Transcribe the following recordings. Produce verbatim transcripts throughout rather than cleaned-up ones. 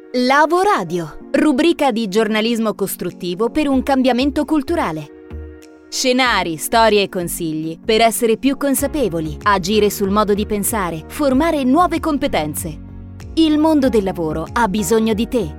Lavoradio, rubrica di giornalismo costruttivo per un cambiamento culturale. Scenari, storie e consigli per essere più consapevoli, agire sul modo di pensare, formare nuove competenze. Il mondo del lavoro ha bisogno di te.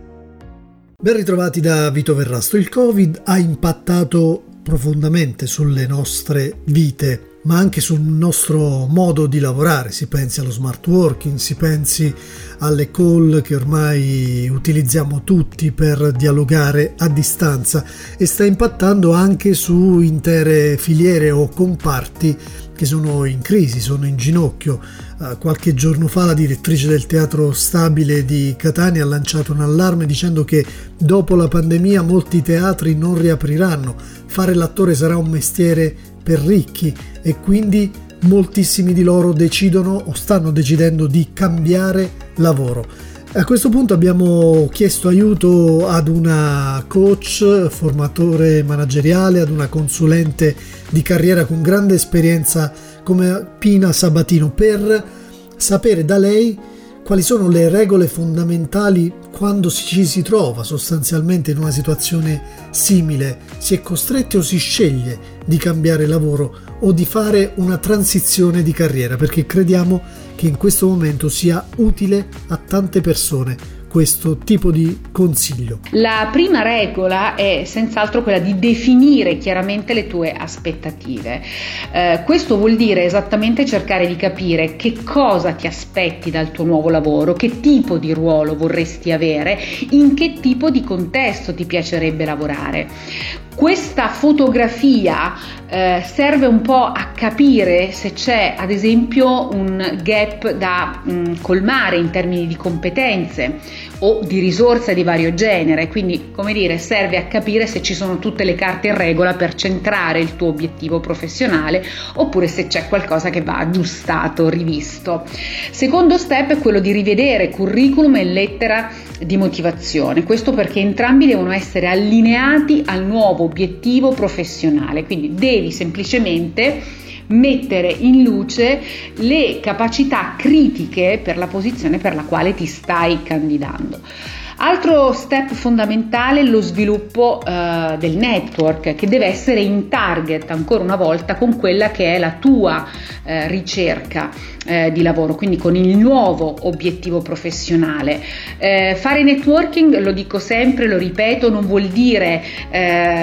Ben ritrovati da Vito Verrasto. Il Covid ha impattato profondamente sulle nostre vite, ma anche sul nostro modo di lavorare. Si pensi allo smart working, si pensi alle call che ormai utilizziamo tutti per dialogare a distanza, e sta impattando anche su intere filiere o comparti che sono in crisi, sono in ginocchio. Uh, qualche giorno fa la direttrice del Teatro Stabile di Catania ha lanciato un allarme dicendo che dopo la pandemia molti teatri non riapriranno, fare l'attore sarà un mestiere per ricchi e quindi moltissimi di loro decidono o stanno decidendo di cambiare lavoro. A questo punto abbiamo chiesto aiuto ad una coach, formatore manageriale, ad una consulente di carriera con grande esperienza come Pina Sabatino, per sapere da lei quali sono le regole fondamentali quando ci si trova sostanzialmente in una situazione simile. Si è costretti o si sceglie di cambiare lavoro o di fare una transizione di carriera, perché crediamo che in questo momento sia utile a tante persone questo tipo di consiglio. La prima regola è senz'altro quella di definire chiaramente le tue aspettative. Eh, questo vuol dire esattamente cercare di capire che cosa ti aspetti dal tuo nuovo lavoro, che tipo di ruolo vorresti avere, in che tipo di contesto ti piacerebbe lavorare. Questa fotografia eh, serve un po' a capire se c'è ad esempio un gap da mh, colmare in termini di competenze o di risorse di vario genere, quindi come dire serve a capire se ci sono tutte le carte in regola per centrare il tuo obiettivo professionale oppure se c'è qualcosa che va aggiustato, rivisto. Secondo step è quello di rivedere curriculum e lettera di motivazione, questo perché entrambi devono essere allineati al nuovo obiettivo professionale, quindi devi semplicemente mettere in luce le capacità critiche per la posizione per la quale ti stai candidando. Altro step fondamentale è lo sviluppo uh, del network, che deve essere in target ancora una volta con quella che è la tua uh, ricerca uh, di lavoro, quindi con il nuovo obiettivo professionale. Uh, fare networking, lo dico sempre, lo ripeto, non vuol dire uh,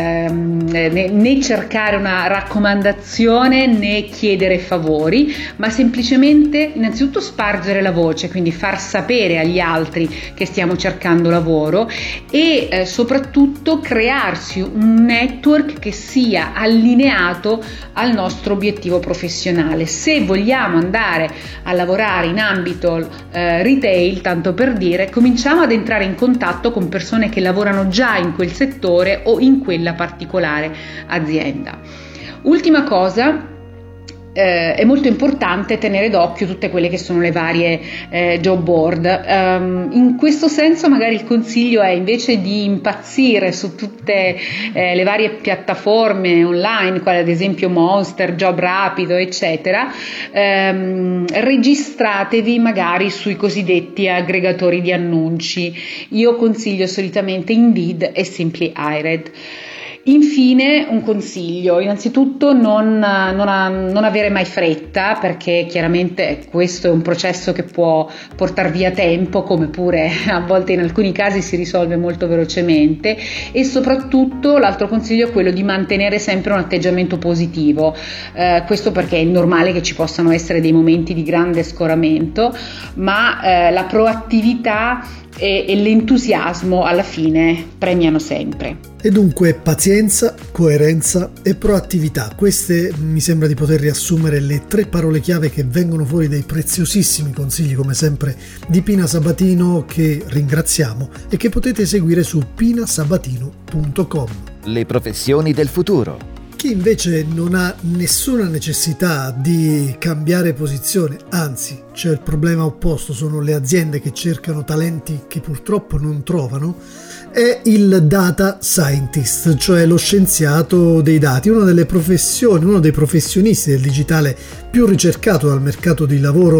né, né cercare una raccomandazione né chiedere favori, ma semplicemente innanzitutto spargere la voce, quindi far sapere agli altri che stiamo cercando lavoro e eh, soprattutto crearsi un network che sia allineato al nostro obiettivo professionale. Se vogliamo andare a lavorare in ambito eh, retail, tanto per dire, cominciamo ad entrare in contatto con persone che lavorano già in quel settore o in quella particolare azienda. Ultima cosa, Eh, è molto importante tenere d'occhio tutte quelle che sono le varie eh, job board. Um, in questo senso magari il consiglio è, invece di impazzire su tutte eh, le varie piattaforme online, quali ad esempio Monster, Job Rapido, eccetera, ehm, registratevi magari sui cosiddetti aggregatori di annunci. Io consiglio solitamente Indeed e Simply Hired. Infine un consiglio: innanzitutto non, non, ha, non avere mai fretta, perché chiaramente questo è un processo che può portare via tempo, come pure a volte in alcuni casi si risolve molto velocemente, e soprattutto l'altro consiglio è quello di mantenere sempre un atteggiamento positivo, eh, questo perché è normale che ci possano essere dei momenti di grande scoramento, ma eh, la proattività e, e l'entusiasmo alla fine premiano sempre. E dunque pazienza, coerenza e proattività. Queste mi sembra di poter riassumere le tre parole chiave che vengono fuori dai preziosissimi consigli, come sempre, di Pina Sabatino, che ringraziamo e che potete seguire su pina sabatino punto com. Le professioni del futuro. Chi invece non ha nessuna necessità di cambiare posizione, anzi c'è il problema opposto, sono le aziende che cercano talenti che purtroppo non trovano, è il data scientist, cioè lo scienziato dei dati, una delle professioni, uno dei professionisti del digitale più ricercato dal mercato di lavoro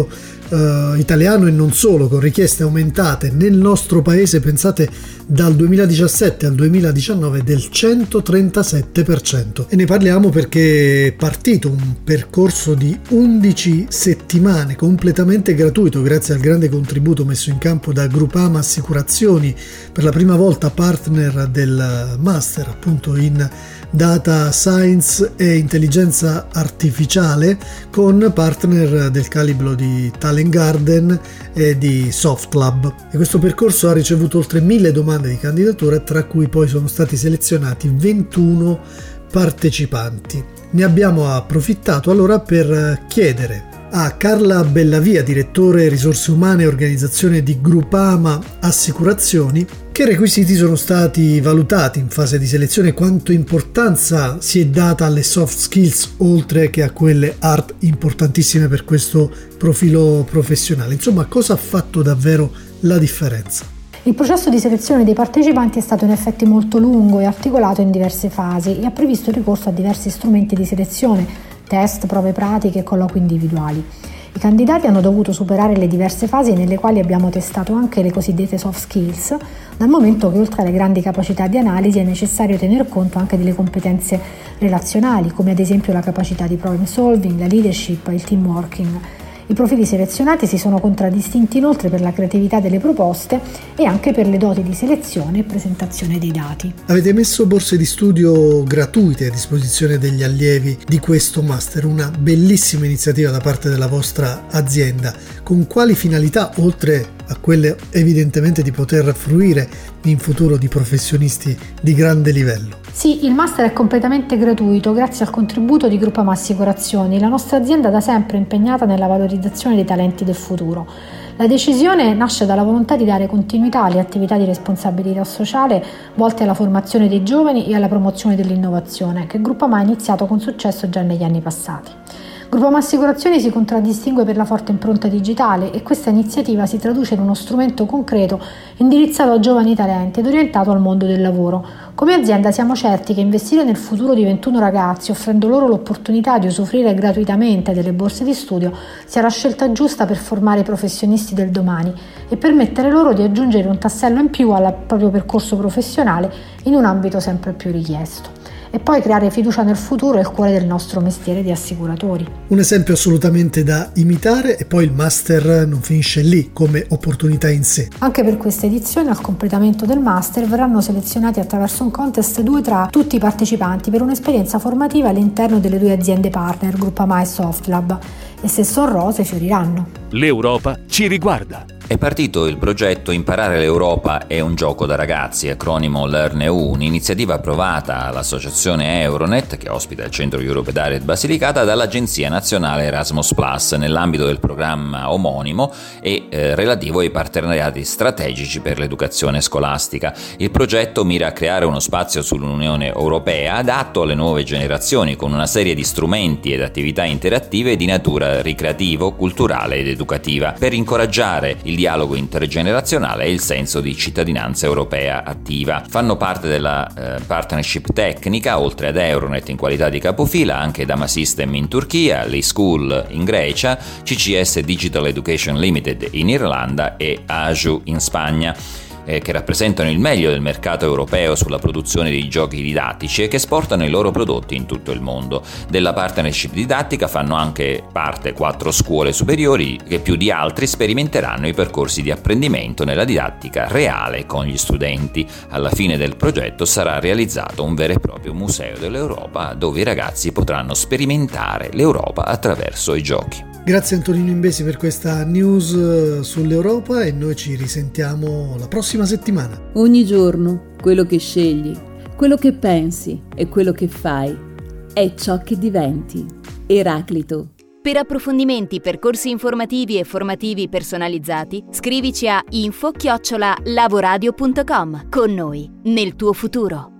eh, italiano e non solo, con richieste aumentate nel nostro paese, pensate, dal duemiladiciassette al duemiladiciannove del centotrentasette per cento. E ne parliamo perché è partito un percorso di undici settimane completamente gratuito grazie al grande contributo messo in campo da Groupama Assicurazioni, per la prima volta partner del master appunto in Data Science e Intelligenza Artificiale, con partner del calibro di Talent Garden e di Softlab. E questo percorso ha ricevuto oltre mille domande di candidatura, tra cui poi sono stati selezionati ventuno partecipanti. Ne abbiamo approfittato allora per chiedere a Carla Bellavia, direttore risorse umane e organizzazione di Groupama Assicurazioni, che requisiti sono stati valutati in fase di selezione, quanto importanza si è data alle soft skills oltre che a quelle hard importantissime per questo profilo professionale. Insomma, cosa ha fatto davvero la differenza? Il processo di selezione dei partecipanti è stato in effetti molto lungo e articolato in diverse fasi e ha previsto il ricorso a diversi strumenti di selezione, test, prove pratiche e colloqui individuali. I candidati hanno dovuto superare le diverse fasi nelle quali abbiamo testato anche le cosiddette soft skills, dal momento che oltre alle grandi capacità di analisi è necessario tener conto anche delle competenze relazionali, come ad esempio la capacità di problem solving, la leadership e il team working. I profili selezionati si sono contraddistinti inoltre per la creatività delle proposte e anche per le doti di selezione e presentazione dei dati. Avete messo borse di studio gratuite a disposizione degli allievi di questo master, una bellissima iniziativa da parte della vostra azienda. Con quali finalità, oltre a quelle evidentemente di poter fruire in futuro di professionisti di grande livello? Sì, il master è completamente gratuito grazie al contributo di Groupama Assicurazioni, la nostra azienda da sempre impegnata nella valorizzazione dei talenti del futuro. La decisione nasce dalla volontà di dare continuità alle attività di responsabilità sociale volte alla formazione dei giovani e alla promozione dell'innovazione, che Groupama ha iniziato con successo già negli anni passati. Groupama Assicurazioni si contraddistingue per la forte impronta digitale e questa iniziativa si traduce in uno strumento concreto indirizzato a giovani talenti ed orientato al mondo del lavoro. Come azienda siamo certi che investire nel futuro di ventuno ragazzi, offrendo loro l'opportunità di usufruire gratuitamente delle borse di studio, sia la scelta giusta per formare i professionisti del domani e permettere loro di aggiungere un tassello in più al proprio percorso professionale in un ambito sempre più richiesto. E poi creare fiducia nel futuro è il cuore del nostro mestiere di assicuratori. Un esempio assolutamente da imitare, e poi il master non finisce lì come opportunità in sé. Anche per questa edizione, al completamento del master, verranno selezionati attraverso un contest due tra tutti i partecipanti per un'esperienza formativa all'interno delle due aziende partner, Groupama e Softlab, e se son rose fioriranno. L'Europa ci riguarda. È partito il progetto Imparare l'Europa è un gioco da ragazzi, acronimo LearnEU, un'iniziativa approvata all'associazione Euronet, che ospita il Centro Europe Direct Basilicata, dall'Agenzia Nazionale Erasmus Plus nell'ambito del programma omonimo e eh, relativo ai partenariati strategici per l'educazione scolastica. Il progetto mira a creare uno spazio sull'Unione Europea adatto alle nuove generazioni, con una serie di strumenti ed attività interattive di natura ricreativo, culturale ed educativa, per incoraggiare il dialogo intergenerazionale e il senso di cittadinanza europea attiva. Fanno parte della eh, partnership tecnica, oltre ad Euronet in qualità di capofila, anche Dama System in Turchia, l'e-School in Grecia, C C S Digital Education Limited in Irlanda e A J U in Spagna, che rappresentano il meglio del mercato europeo sulla produzione di giochi didattici e che esportano i loro prodotti in tutto il mondo. Della partnership didattica fanno anche parte quattro scuole superiori che più di altri sperimenteranno i percorsi di apprendimento nella didattica reale con gli studenti. Alla fine del progetto sarà realizzato un vero e proprio museo dell'Europa dove i ragazzi potranno sperimentare l'Europa attraverso i giochi. Grazie Antonino Imbesi per questa news sull'Europa e noi ci risentiamo la prossima settimana. Ogni giorno quello che scegli, quello che pensi e quello che fai è ciò che diventi. Eraclito. Per approfondimenti, percorsi informativi e formativi personalizzati, scrivici a info chiocciola lavoradio punto com. Con noi, nel tuo futuro.